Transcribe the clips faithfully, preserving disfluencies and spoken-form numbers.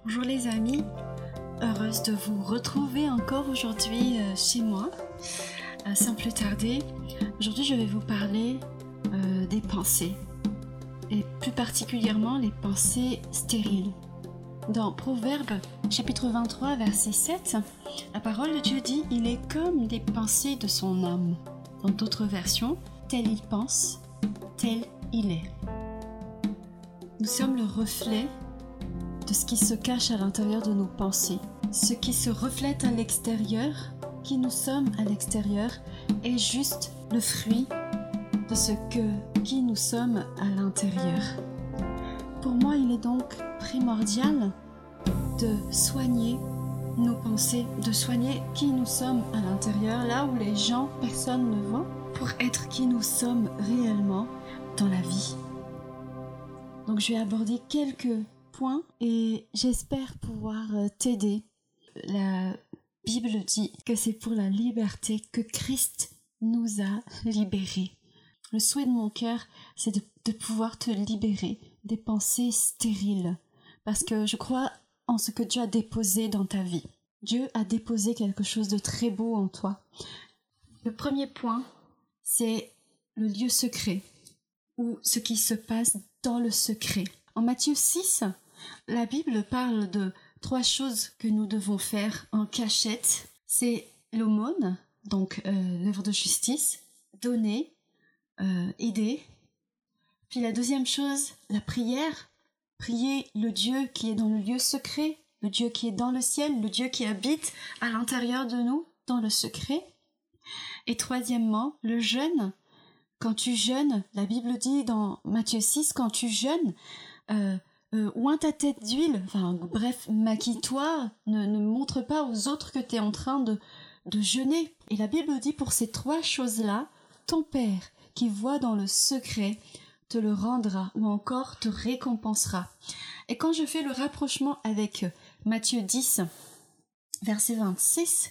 Bonjour les amis, heureuse de vous retrouver encore aujourd'hui euh, chez moi. Euh, sans plus tarder, aujourd'hui je vais vous parler euh, des pensées, et plus particulièrement les pensées stériles. Dans Proverbes chapitre vingt-trois verset sept, la parole de Dieu dit « Il est comme des pensées de son âme ». Dans d'autres versions, « tel il pense, tel il est ». Nous sommes le reflet de ce qui se cache à l'intérieur de nos pensées. Ce qui se reflète à l'extérieur, qui nous sommes à l'extérieur, est juste le fruit de ce que, qui nous sommes à l'intérieur. Pour moi, il est donc primordial de soigner nos pensées, de soigner qui nous sommes à l'intérieur, là où les gens, personne ne voit, pour être qui nous sommes réellement dans la vie. Donc je vais aborder quelques points et j'espère pouvoir t'aider. La Bible dit que c'est pour la liberté que Christ nous a libérés. Le souhait de mon cœur, c'est de, de pouvoir te libérer des pensées stériles, parce que je crois en ce que Dieu a déposé dans ta vie. Dieu a déposé quelque chose de très beau en toi. Le premier point, c'est le lieu secret, ou ce qui se passe dans le secret. En Matthieu six, la Bible parle de trois choses que nous devons faire en cachette. C'est l'aumône, donc euh, l'œuvre de justice, donner, euh, aider. Puis la deuxième chose, la prière, prier le Dieu qui est dans le lieu secret, le Dieu qui est dans le ciel, le Dieu qui habite à l'intérieur de nous, dans le secret. Et troisièmement, le jeûne. Quand tu jeûnes, la Bible dit dans Matthieu six, quand tu jeûnes, euh, euh, oins ta tête d'huile, enfin bref, maquille-toi, ne, ne montre pas aux autres que tu es en train de, de jeûner. Et la Bible dit pour ces trois choses-là, ton Père qui voit dans le secret te le rendra ou encore te récompensera. Et quand je fais le rapprochement avec Matthieu dix, verset vingt-six,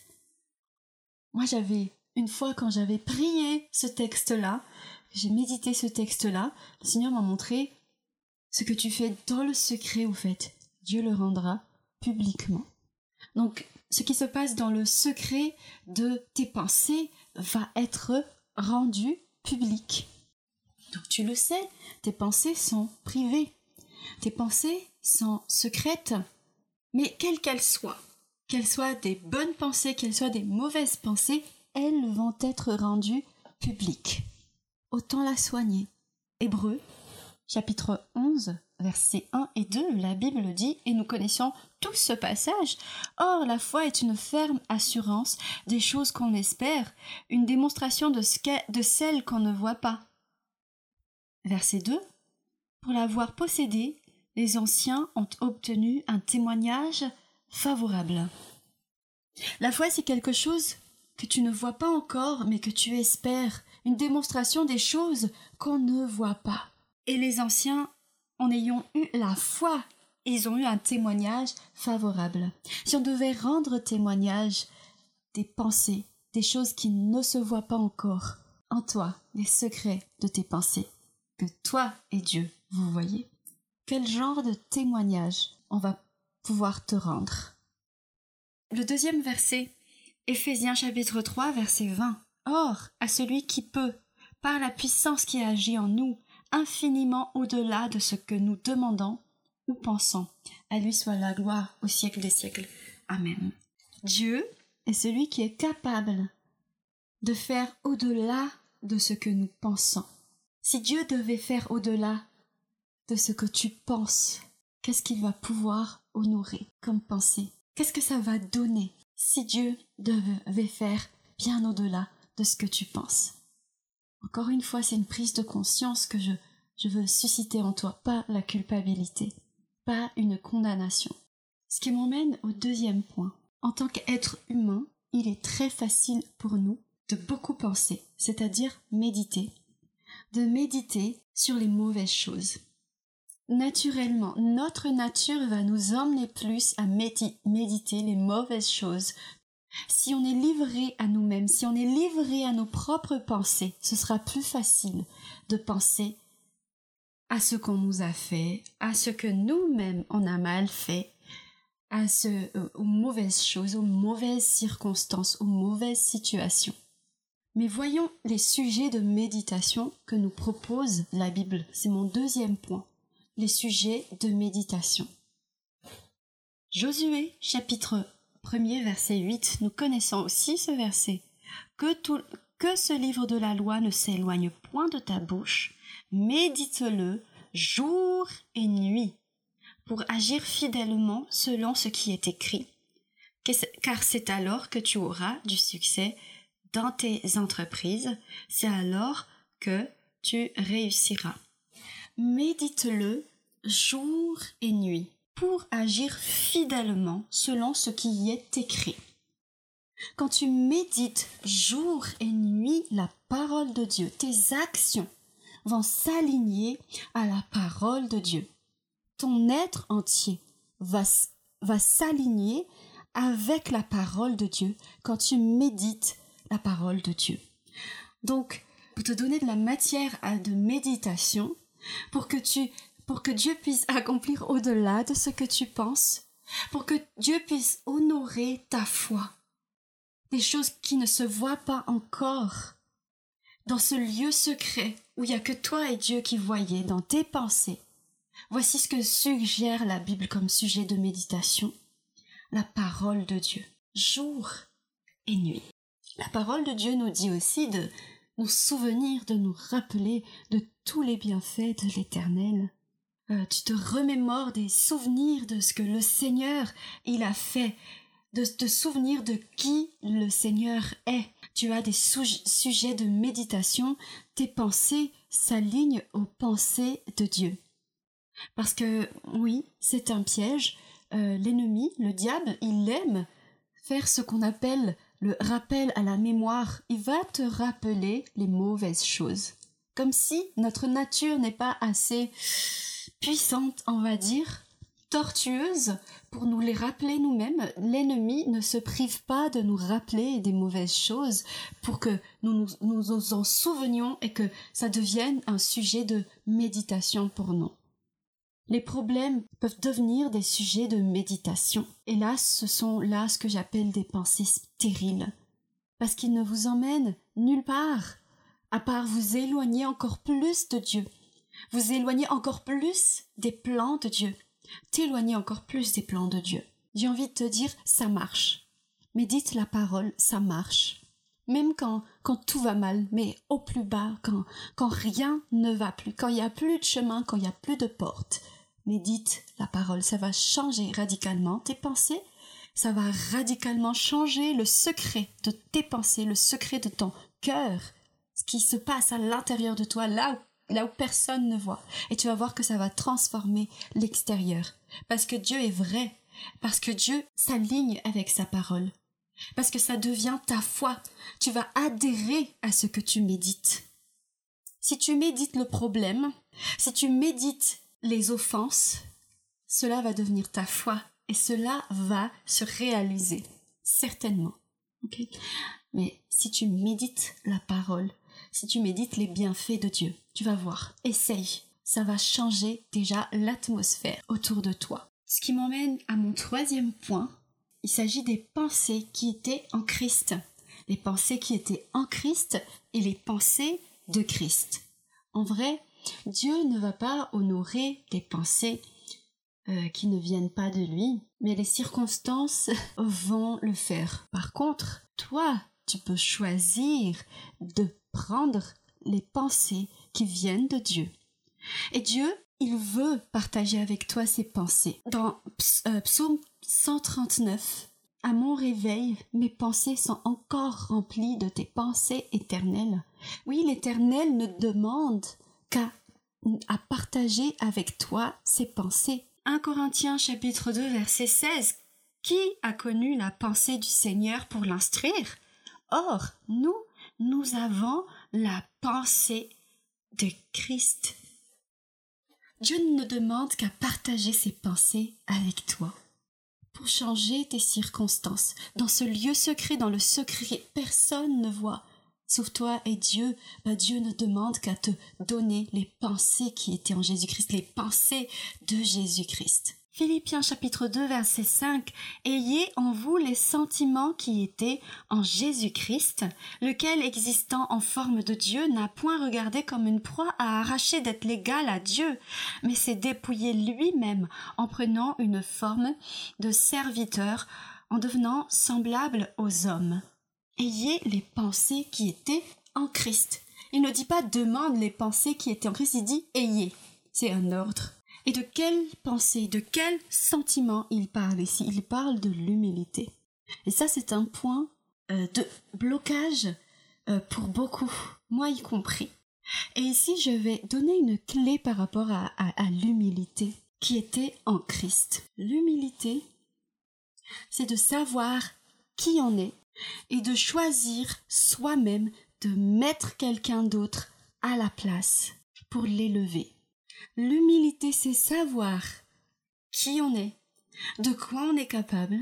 moi j'avais, une fois quand j'avais prié ce texte-là, j'ai médité ce texte-là, le Seigneur m'a montré ce que tu fais dans le secret, au fait, Dieu le rendra publiquement. Donc, ce qui se passe dans le secret de tes pensées va être rendu public. Donc, tu le sais, tes pensées sont privées. Tes pensées sont secrètes. Mais quelles qu'elles soient, qu'elles soient des bonnes pensées, qu'elles soient des mauvaises pensées, elles vont être rendues publiques. Autant la soigner. Hébreux, chapitre onze, versets un et deux, la Bible dit, et nous connaissons tous ce passage, « Or, la foi est une ferme assurance des choses qu'on espère, une démonstration de, ce de celles qu'on ne voit pas. » Verset deux, « Pour l'avoir possédée, les anciens ont obtenu un témoignage favorable. » La foi, c'est quelque chose que tu ne vois pas encore, mais que tu espères, une démonstration des choses qu'on ne voit pas. Et les anciens, en ayant eu la foi, ils ont eu un témoignage favorable. Si on devait rendre témoignage des pensées, des choses qui ne se voient pas encore, en toi, les secrets de tes pensées, que toi et Dieu, vous voyez, quel genre de témoignage on va pouvoir te rendre? Le deuxième verset, Éphésiens chapitre trois, verset vingt. « Or, à celui qui peut, par la puissance qui agit en nous, infiniment au-delà de ce que nous demandons ou pensons. À lui soit la gloire au siècle des siècles. Amen. » Dieu est celui qui est capable de faire au-delà de ce que nous pensons. Si Dieu devait faire au-delà de ce que tu penses, qu'est-ce qu'il va pouvoir honorer comme pensée? Qu'est-ce que ça va donner si Dieu devait faire bien au-delà de ce que tu penses? Encore une fois, c'est une prise de conscience que je, je veux susciter en toi, pas la culpabilité, pas une condamnation. Ce qui m'emmène au deuxième point. En tant qu'être humain, il est très facile pour nous de beaucoup penser, c'est-à-dire méditer, de méditer sur les mauvaises choses. Naturellement, notre nature va nous emmener plus à médi- méditer les mauvaises choses. Si on est livré à nous-mêmes, si on est livré à nos propres pensées, ce sera plus facile de penser à ce qu'on nous a fait, à ce que nous-mêmes on a mal fait, à ce, euh, aux mauvaises choses, aux mauvaises circonstances, aux mauvaises situations. Mais voyons les sujets de méditation que nous propose la Bible. C'est mon deuxième point, les sujets de méditation. Josué, chapitre un, verset huit, nous connaissons aussi ce verset. Que, tout, que ce livre de la loi ne s'éloigne point de ta bouche, médite-le jour et nuit, pour agir fidèlement selon ce qui est écrit, car c'est alors que tu auras du succès dans tes entreprises, c'est alors que tu réussiras. Médite-le jour et nuit, pour agir fidèlement selon ce qui y est écrit. Quand tu médites jour et nuit la parole de Dieu, tes actions vont s'aligner à la parole de Dieu. Ton être entier va, va s'aligner avec la parole de Dieu quand tu médites la parole de Dieu. Donc, pour te donner de la matière à de méditation, pour que tu, pour que Dieu puisse accomplir au-delà de ce que tu penses, pour que Dieu puisse honorer ta foi, des choses qui ne se voient pas encore, dans ce lieu secret où il n'y a que toi et Dieu qui voyez dans tes pensées. Voici ce que suggère la Bible comme sujet de méditation, la parole de Dieu, jour et nuit. La parole de Dieu nous dit aussi de nous souvenir, de nous rappeler de tous les bienfaits de l'Éternel. Euh, tu te remémores des souvenirs de ce que le Seigneur, il a fait, de te souvenir de qui le Seigneur est. Tu as des sou- sujets de méditation, tes pensées s'alignent aux pensées de Dieu. Parce que, oui, c'est un piège. Euh, l'ennemi, le diable, il aime faire ce qu'on appelle le rappel à la mémoire. Il va te rappeler les mauvaises choses. Comme si notre nature n'est pas assez puissante, on va dire, tortueuse, pour nous les rappeler nous-mêmes. L'ennemi ne se prive pas de nous rappeler des mauvaises choses pour que nous nous, nous en souvenions et que ça devienne un sujet de méditation pour nous. Les problèmes peuvent devenir des sujets de méditation. Et là, ce sont là ce que j'appelle des pensées stériles. Parce qu'ils ne vous emmènent nulle part, à part vous éloigner encore plus de Dieu. Vous éloigner encore plus des plans de Dieu. T'éloigner encore plus des plans de Dieu. J'ai envie de te dire, ça marche. Médite la parole, ça marche. Même quand, quand tout va mal, mais au plus bas, quand, quand rien ne va plus, quand il n'y a plus de chemin, quand il n'y a plus de porte. Médite la parole, ça va changer radicalement tes pensées, ça va radicalement changer le secret de tes pensées, le secret de ton cœur, ce qui se passe à l'intérieur de toi, là où, là où personne ne voit. Et tu vas voir que ça va transformer l'extérieur, parce que Dieu est vrai, parce que Dieu s'aligne avec sa parole, parce que ça devient ta foi. Tu vas adhérer à ce que tu médites. Si tu médites le problème, si tu médites les offenses, cela va devenir ta foi et cela va se réaliser, certainement. Okay? Mais si tu médites la parole, si tu médites les bienfaits de Dieu, tu vas voir, essaye, ça va changer déjà l'atmosphère autour de toi. Ce qui m'emmène à mon troisième point, il s'agit des pensées qui étaient en Christ. Les pensées qui étaient en Christ et les pensées de Christ. En vrai, Dieu ne va pas honorer des pensées euh, qui ne viennent pas de lui, mais les circonstances vont le faire. Par contre, toi, tu peux choisir de prendre les pensées qui viennent de Dieu. Et Dieu, il veut partager avec toi ses pensées. Dans euh, Psaume cent trente-neuf, « À mon réveil, mes pensées sont encore remplies de tes pensées éternelles. » Oui, l'Éternel ne demande qu'à à partager avec toi ses pensées. un Corinthiens chapitre deux verset seize. Qui a connu la pensée du Seigneur pour l'instruire? Or, nous, nous avons la pensée de Christ. Dieu ne demande qu'à partager ses pensées avec toi pour changer tes circonstances. Dans ce lieu secret, dans le secret, personne ne voit. Sauf toi et Dieu, bah Dieu ne demande qu'à te donner les pensées qui étaient en Jésus-Christ, les pensées de Jésus-Christ. Philippiens chapitre deux verset cinq. Ayez en vous les sentiments qui étaient en Jésus-Christ, lequel existant en forme de Dieu n'a point regardé comme une proie à arracher d'être l'égal à Dieu, mais s'est dépouillé lui-même en prenant une forme de serviteur, en devenant semblable aux hommes. Ayez les pensées qui étaient en Christ. Il ne dit pas demande les pensées qui étaient en Christ, il dit ayez. C'est un ordre. Et de quelle pensée, de quel sentiment il parle ici? Il parle de l'humilité. Et ça, c'est un point euh, de blocage euh, pour beaucoup, moi y compris. Et ici, je vais donner une clé par rapport à, à, à l'humilité qui était en Christ. L'humilité, c'est de savoir qui on est et de choisir soi-même de mettre quelqu'un d'autre à la place pour l'élever. L'humilité, c'est savoir qui on est, de quoi on est capable,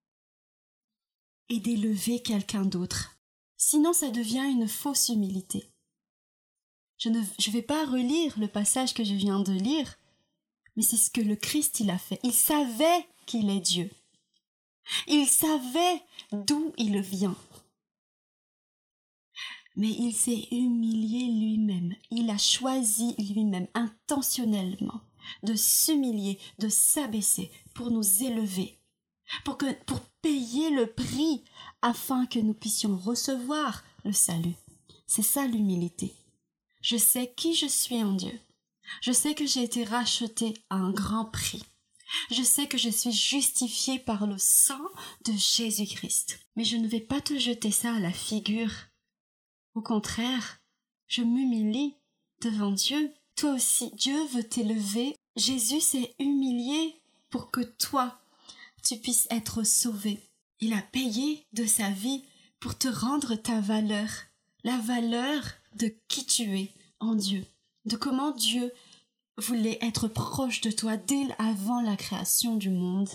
et d'élever quelqu'un d'autre. Sinon, ça devient une fausse humilité. Je ne je vais pas relire le passage que je viens de lire, mais c'est ce que le Christ il a fait. Il savait qu'il est Dieu. Il savait d'où il vient. Mais il s'est humilié lui-même. Il a choisi lui-même intentionnellement de s'humilier, de s'abaisser pour nous élever, pour, que, pour payer le prix afin que nous puissions recevoir le salut. C'est ça l'humilité. Je sais qui je suis en Dieu. Je sais que j'ai été racheté à un grand prix. Je sais que je suis justifié par le sang de Jésus-Christ. Mais je ne vais pas te jeter ça à la figure. Au contraire, je m'humilie devant Dieu. Toi aussi, Dieu veut t'élever. Jésus s'est humilié pour que toi, tu puisses être sauvé. Il a payé de sa vie pour te rendre ta valeur, la valeur de qui tu es en Dieu, de comment Dieu voulait être proche de toi dès avant la création du monde.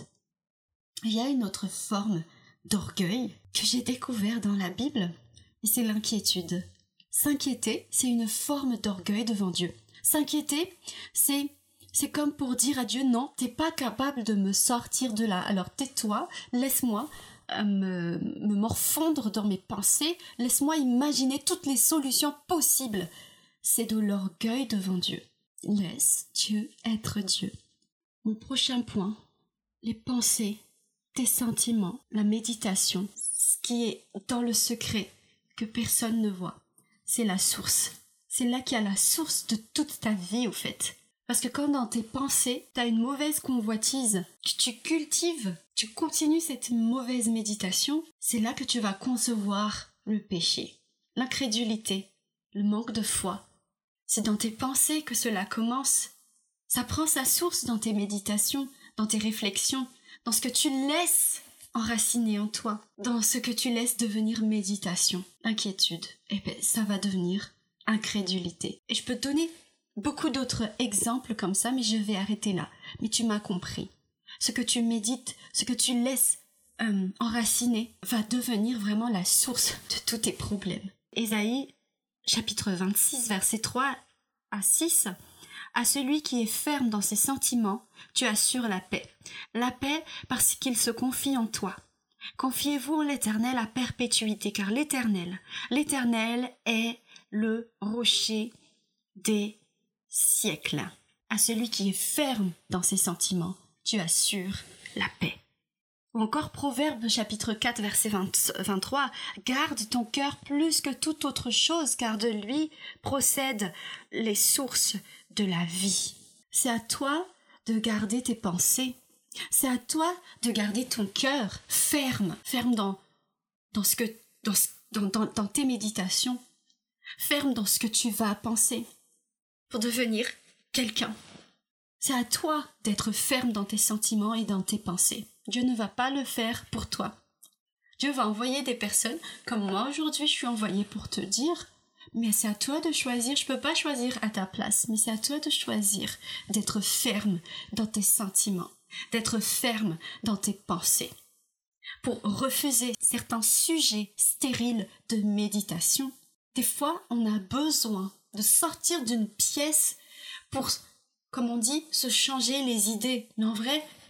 Il y a une autre forme d'orgueil que j'ai découvert dans la Bible, et c'est l'inquiétude. S'inquiéter, c'est une forme d'orgueil devant Dieu. S'inquiéter, c'est, c'est comme pour dire à Dieu, non, t'es pas capable de me sortir de là, alors tais-toi, laisse-moi euh, me, me morfondre dans mes pensées, laisse-moi imaginer toutes les solutions possibles. C'est de l'orgueil devant Dieu. Laisse Dieu être Dieu. Mon prochain point, les pensées, tes sentiments, la méditation, ce qui est dans le secret que personne ne voit, c'est la source. C'est là qu'il y a la source de toute ta vie, au fait. Parce que quand dans tes pensées, tu as une mauvaise convoitise, que tu cultives, tu continues cette mauvaise méditation, c'est là que tu vas concevoir le péché, l'incrédulité, le manque de foi. C'est dans tes pensées que cela commence. Ça prend sa source dans tes méditations, dans tes réflexions, dans ce que tu laisses enraciner en toi, dans ce que tu laisses devenir méditation, inquiétude. Et bien, ça va devenir incrédulité. Et je peux te donner beaucoup d'autres exemples comme ça, mais je vais arrêter là. Mais tu m'as compris. Ce que tu médites, ce que tu laisses euh, enraciner, va devenir vraiment la source de tous tes problèmes. Ésaïe, chapitre vingt-six, versets trois à six. À celui qui est ferme dans ses sentiments, tu assures la paix. La paix parce qu'il se confie en toi. Confiez-vous en l'Éternel à perpétuité, car l'Éternel, l'Éternel est le rocher des siècles. À celui qui est ferme dans ses sentiments, tu assures la paix. Ou encore Proverbe chapitre quatre verset vingt-trois, garde ton cœur plus que toute autre chose, car de lui procèdent les sources de la vie. C'est à toi de garder tes pensées. C'est à toi de garder ton cœur ferme, ferme dans, dans, ce que, dans, dans, dans, dans tes méditations, ferme dans ce que tu vas penser pour devenir quelqu'un. C'est à toi d'être ferme dans tes sentiments et dans tes pensées. Dieu ne va pas le faire pour toi. Dieu va envoyer des personnes, comme moi aujourd'hui je suis envoyée pour te dire, mais c'est à toi de choisir, je peux pas choisir à ta place, mais c'est à toi de choisir d'être ferme dans tes sentiments, d'être ferme dans tes pensées, pour refuser certains sujets stériles de méditation. Des fois, on a besoin de sortir d'une pièce pour, comme on dit, se changer les idées. Mais en vrai,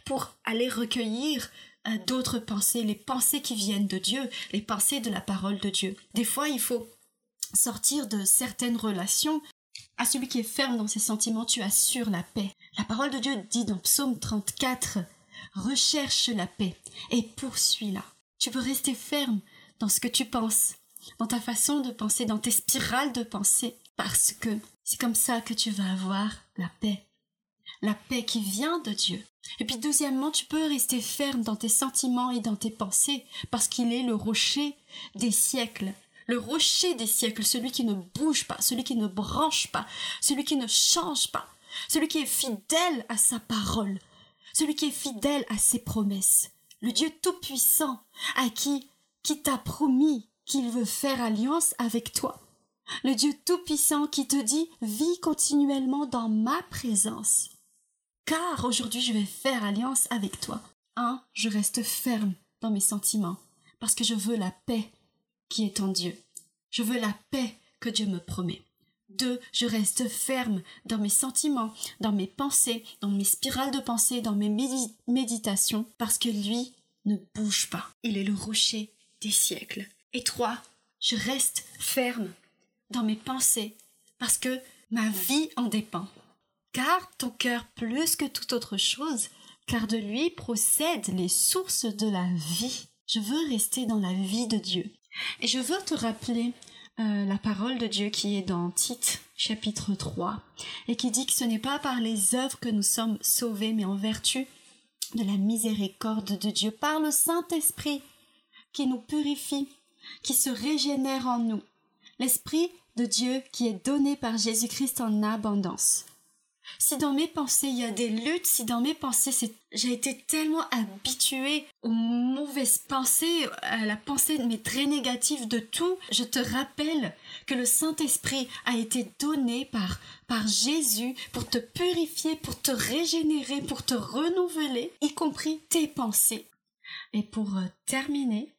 pour aller recueillir euh, d'autres pensées, les pensées qui viennent de Dieu, les pensées de la parole de Dieu. Des fois, il faut sortir de certaines relations. À celui qui est ferme dans ses sentiments, tu assures la paix. La parole de Dieu dit dans Psaume trente-quatre, « Recherche la paix et poursuis-la ». Tu peux rester ferme dans ce que tu penses, dans ta façon de penser, dans tes spirales de pensée, parce que c'est comme ça que tu vas avoir la paix. La paix qui vient de Dieu. Et puis deuxièmement, tu peux rester ferme dans tes sentiments et dans tes pensées, parce qu'il est le rocher des siècles. Le rocher des siècles, celui qui ne bouge pas, celui qui ne branche pas, celui qui ne change pas, celui qui est fidèle à sa parole, celui qui est fidèle à ses promesses. Le Dieu tout-puissant à qui, qui t'a promis qu'il veut faire alliance avec toi. Le Dieu tout-puissant qui te dit « Vis continuellement dans ma présence, car aujourd'hui je vais faire alliance avec toi. » Un, je reste ferme dans mes sentiments, parce que je veux la paix qui est en Dieu. Je veux la paix que Dieu me promet. Deux, je reste ferme dans mes sentiments, dans mes pensées, dans mes spirales de pensée, dans mes médi- méditations, parce que lui ne bouge pas. Il est le rocher des siècles. Et trois, je reste ferme dans mes pensées, parce que ma vie en dépend. Garde ton cœur plus que toute autre chose, car de lui procèdent les sources de la vie. Je veux rester dans la vie de Dieu. Et je veux te rappeler euh, la parole de Dieu qui est dans Tite, chapitre trois, et qui dit que ce n'est pas par les œuvres que nous sommes sauvés, mais en vertu de la miséricorde de Dieu, par le Saint-Esprit qui nous purifie, qui se régénère en nous. L'Esprit de Dieu qui est donné par Jésus-Christ en abondance. Si dans mes pensées il y a des luttes, si dans mes pensées c'est... j'ai été tellement habituée aux mauvaises pensées, à la pensée mais très négative de tout, je te rappelle que le Saint-Esprit a été donné par, par Jésus pour te purifier, pour te régénérer, pour te renouveler, y compris tes pensées. Et pour euh, terminer,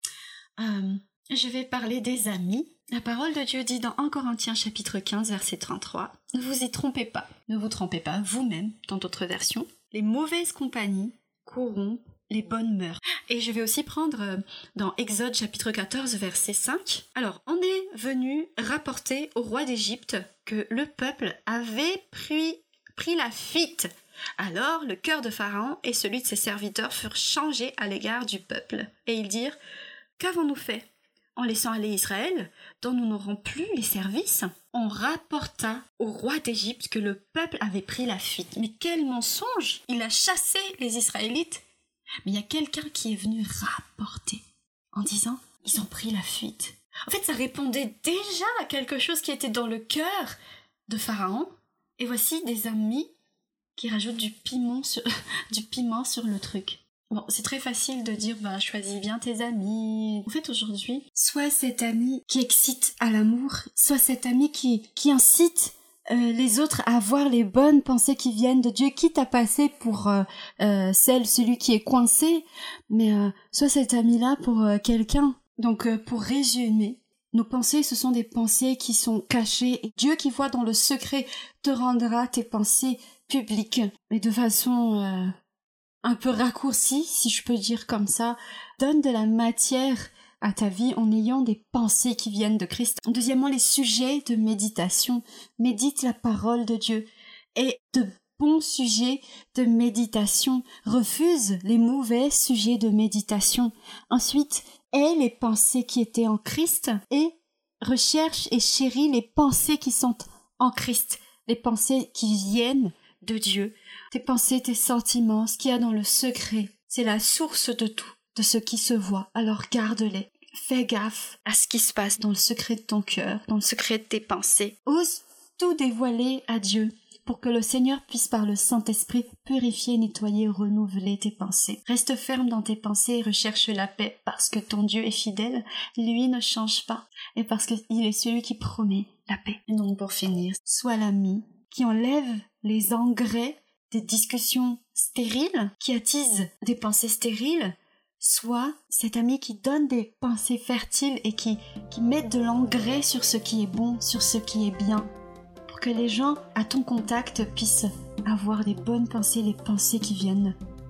euh, je vais parler des amis. La parole de Dieu dit dans un Corinthiens chapitre quinze verset trente-trois, « Ne vous y trompez pas, ne vous trompez pas vous-même, dans d'autres versions, les mauvaises compagnies corrompent les bonnes mœurs. » Et je vais aussi prendre euh, dans Exode chapitre quatorze verset cinq. Alors, on est venu rapporter au roi d'Égypte que le peuple avait pris, pris la fuite. Alors, le cœur de Pharaon et celui de ses serviteurs furent changés à l'égard du peuple. Et ils dirent, « Qu'avons-nous fait ? En laissant aller Israël, dont nous n'aurons plus les services, on rapporta au roi d'Égypte que le peuple avait pris la fuite. » Mais quel mensonge! Il a chassé les Israélites. Mais il y a quelqu'un qui est venu rapporter en disant « Ils ont pris la fuite. » En fait, ça répondait déjà à quelque chose qui était dans le cœur de Pharaon. Et voici des amis qui rajoutent du piment sur, du piment sur le truc. Bon, c'est très facile de dire, bah, choisis bien tes amis. En fait, aujourd'hui, soit cet ami qui excite à l'amour, soit cet ami qui, qui incite euh, les autres à avoir les bonnes pensées qui viennent de Dieu, quitte à passer pour euh, euh, celle, celui qui est coincé, mais euh, soit cet ami-là pour euh, quelqu'un. Donc, euh, pour résumer, nos pensées, ce sont des pensées qui sont cachées, et Dieu qui voit dans le secret te rendra tes pensées publiques, mais de façon... Euh, un peu raccourci, si je peux dire comme ça, donne de la matière à ta vie en ayant des pensées qui viennent de Christ. Deuxièmement, les sujets de méditation. Médite la parole de Dieu. Et de bons sujets de méditation. Refuse les mauvais sujets de méditation. Ensuite, aie les pensées qui étaient en Christ et recherche et chéris les pensées qui sont en Christ. Les pensées qui viennent de Dieu. Tes pensées, tes sentiments, ce qu'il y a dans le secret, c'est la source de tout, de ce qui se voit. Alors garde-les. Fais gaffe à ce qui se passe dans le secret de ton cœur, dans le secret de tes pensées. Ose tout dévoiler à Dieu pour que le Seigneur puisse par le Saint-Esprit purifier, nettoyer, renouveler tes pensées. Reste ferme dans tes pensées et recherche la paix parce que ton Dieu est fidèle, lui ne change pas et parce qu'il est celui qui promet la paix. Et donc pour finir, sois l'ami qui enlève les engrais des discussions stériles, qui attisent des pensées stériles, soit cet ami qui donne des pensées fertiles et qui, qui met de l'engrais sur ce qui est bon, sur ce qui est bien, pour que les gens à ton contact puissent avoir des bonnes pensées, les pensées qui viennent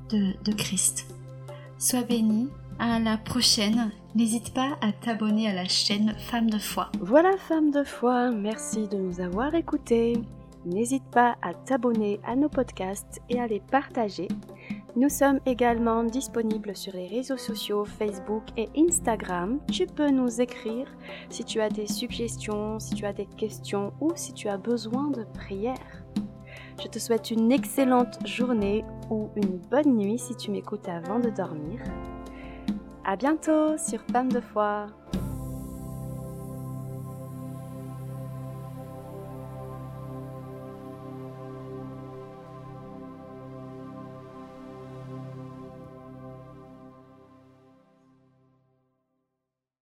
de, de Christ. Sois béni, à la prochaine. N'hésite pas à t'abonner à la chaîne Femme de foi. Voilà, Femme de foi, merci de nous avoir écoutés. N'hésite pas à t'abonner à nos podcasts et à les partager. Nous sommes également disponibles sur les réseaux sociaux Facebook et Instagram. Tu peux nous écrire si tu as des suggestions, si tu as des questions ou si tu as besoin de prières. Je te souhaite une excellente journée ou une bonne nuit si tu m'écoutes avant de dormir. À bientôt sur Femme de foi.